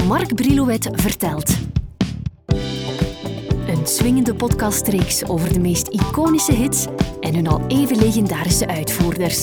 Mark Brilouet vertelt. Een swingende podcastreeks over de meest iconische hits en hun al even legendarische uitvoerders.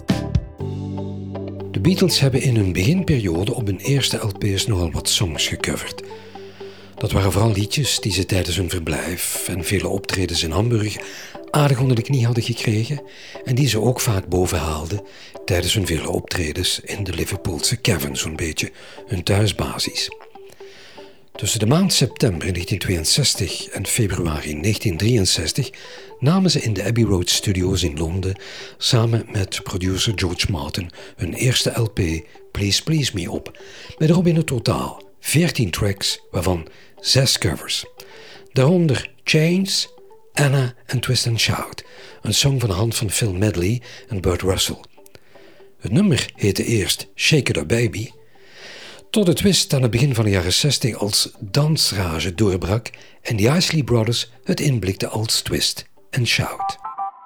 De Beatles hebben in hun beginperiode op hun eerste LP's nogal wat songs gecoverd. Dat waren vooral liedjes die ze tijdens hun verblijf en vele optredens in Hamburg aardig onder de knie hadden gekregen en die ze ook vaak bovenhaalden tijdens hun vele optredens in de Liverpoolse Cavern, zo'n beetje hun thuisbasis. Tussen de maand september 1962 en februari 1963 namen ze in de Abbey Road Studios in Londen samen met producer George Martin hun eerste LP Please Please Me op, met erop in het totaal 14 tracks, waarvan 6 covers. Daaronder Chains, Anna en Twist and Shout, een song van de hand van Phil Medley en Burt Russell. Het nummer heette eerst Shake It Up Baby, tot de twist aan het begin van de jaren 60 als dansrage doorbrak en de Isley Brothers het inblikten als Twist and Shout.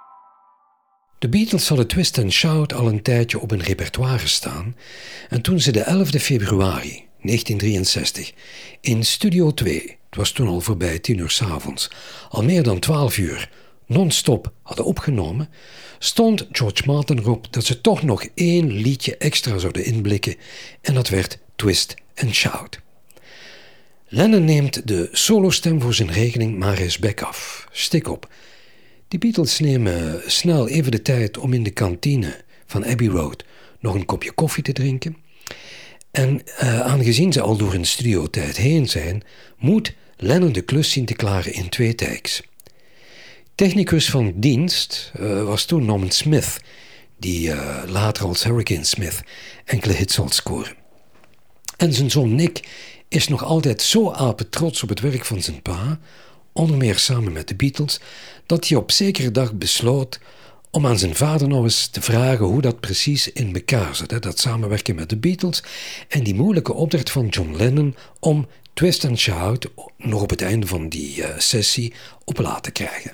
De Beatles hadden Twist and Shout al een tijdje op hun repertoire staan en toen ze de 11 februari 1963 in Studio 2, het was toen al voorbij 10 uur 's avonds, al meer dan 12 uur non-stop hadden opgenomen, stond George Martin erop dat ze toch nog 1 liedje extra zouden inblikken en dat werd Twist and Shout. Lennon neemt de solostem voor zijn rekening maar eens bek af. Stik op. De Beatles nemen snel even de tijd om in de kantine van Abbey Road nog een kopje koffie te drinken. En aangezien ze al door hun studiotijd heen zijn, moet Lennon de klus zien te klaren in 2 takes. Technicus van dienst was toen Norman Smith, die later als Hurricane Smith enkele hits zal scoren. En zijn zoon Nick is nog altijd zo apetrots op het werk van zijn pa, onder meer samen met de Beatles, dat hij op zekere dag besloot om aan zijn vader nog eens te vragen hoe dat precies in elkaar zat. Dat samenwerken met de Beatles en die moeilijke opdracht van John Lennon om Twist and Shout nog op het einde van die sessie op laat te krijgen.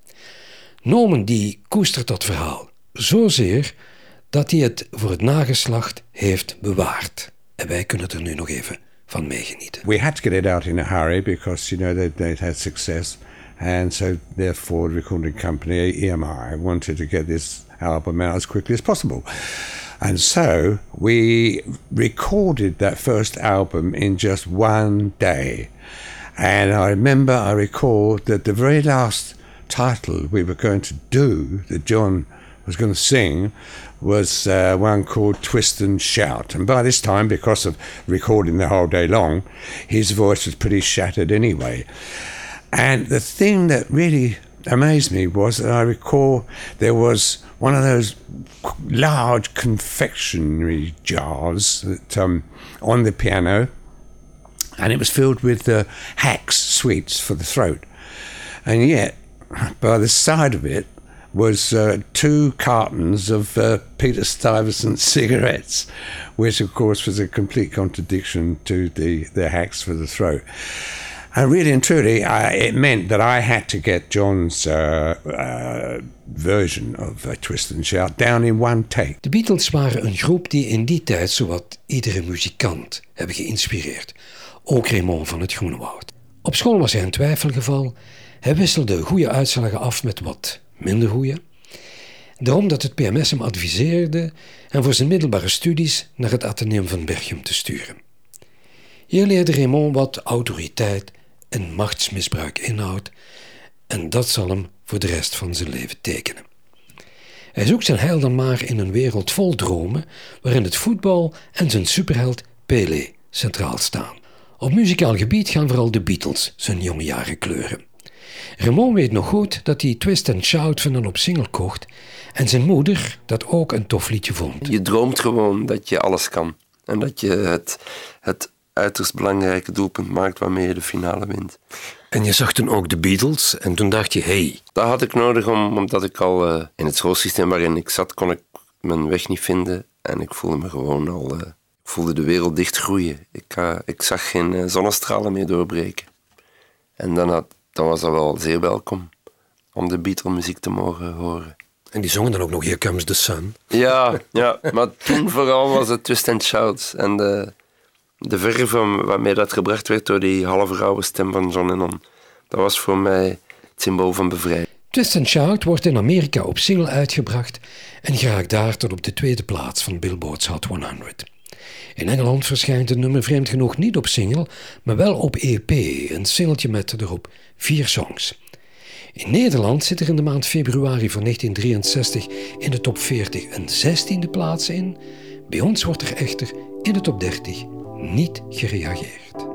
Norman die koestert dat verhaal zozeer dat hij het voor het nageslacht heeft bewaard. En wij kunnen er nu nog even van meegenieten. We had to get it out in a hurry because, they'd had success. And so, therefore, the recording company, EMI, wanted to get this album out as quickly as possible. And so, we recorded that first album in just 1 day. And I recall that the very last title we were going to do, that John was going to sing, was one called Twist and Shout. And by this time, because of recording the whole day long, his voice was pretty shattered anyway. And the thing that really amazed me was that I recall there was one of those large confectionery jars that, on the piano, and it was filled with Hacks sweets for the throat. And yet, by the side of it was 2 cartons of Peter Stuyvesant cigarettes, which of course was a complete contradiction to the Hacks for the throat. And really and truly, it meant that I had to get John's version of Twist and Shout down in 1 take. De Beatles waren een groep die in die tijd zowat iedere muzikant hebben geïnspireerd. Ook Raymond van het Groene Woud. Op school was hij een twijfelgeval. Hij wisselde goede uitslagen af met wat minder goede. Daarom dat het PMS hem adviseerde hem voor zijn middelbare studies naar het Atheneum van Berchem te sturen. Hier leerde Raymond wat autoriteit en machtsmisbruik inhoudt en dat zal hem voor de rest van zijn leven tekenen. Hij zoekt zijn heil dan maar in een wereld vol dromen waarin het voetbal en zijn superheld Pelé centraal staan. Op muzikaal gebied gaan vooral de Beatles zijn jonge jaren kleuren. Raymond weet nog goed dat hij Twist and Shout van een op single kocht en zijn moeder dat ook een tof liedje vond. Je droomt gewoon dat je alles kan en dat je het uiterst belangrijke doelpunt maakt waarmee je de finale wint. En je zag toen ook de Beatles en toen dacht je, hey. Dat had ik nodig omdat ik al in het schoolsysteem waarin ik zat, kon ik mijn weg niet vinden. En ik voelde me gewoon al, ik voelde de wereld dichtgroeien. Ik zag geen zonnestralen meer doorbreken. En dan was dat wel zeer welkom om de Beatle-muziek te mogen horen. En die zongen dan ook nog Here Comes the Sun. Ja, maar toen vooral was het Twist and Shout. En De verf waarmee dat gebracht werd door die halve rauwe stem van John Lennon, dat was voor mij het symbool van bevrijding. Twist and Shout wordt in Amerika op single uitgebracht en geraakt daar tot op de 2e plaats van Billboard's Hot 100. In Engeland verschijnt het nummer vreemd genoeg niet op single, maar wel op EP, een singeltje met erop 4 songs. In Nederland zit er in de maand februari van 1963 in de top 40 een 16e plaats in. Bij ons wordt er echter in de top 30 niet gereageerd.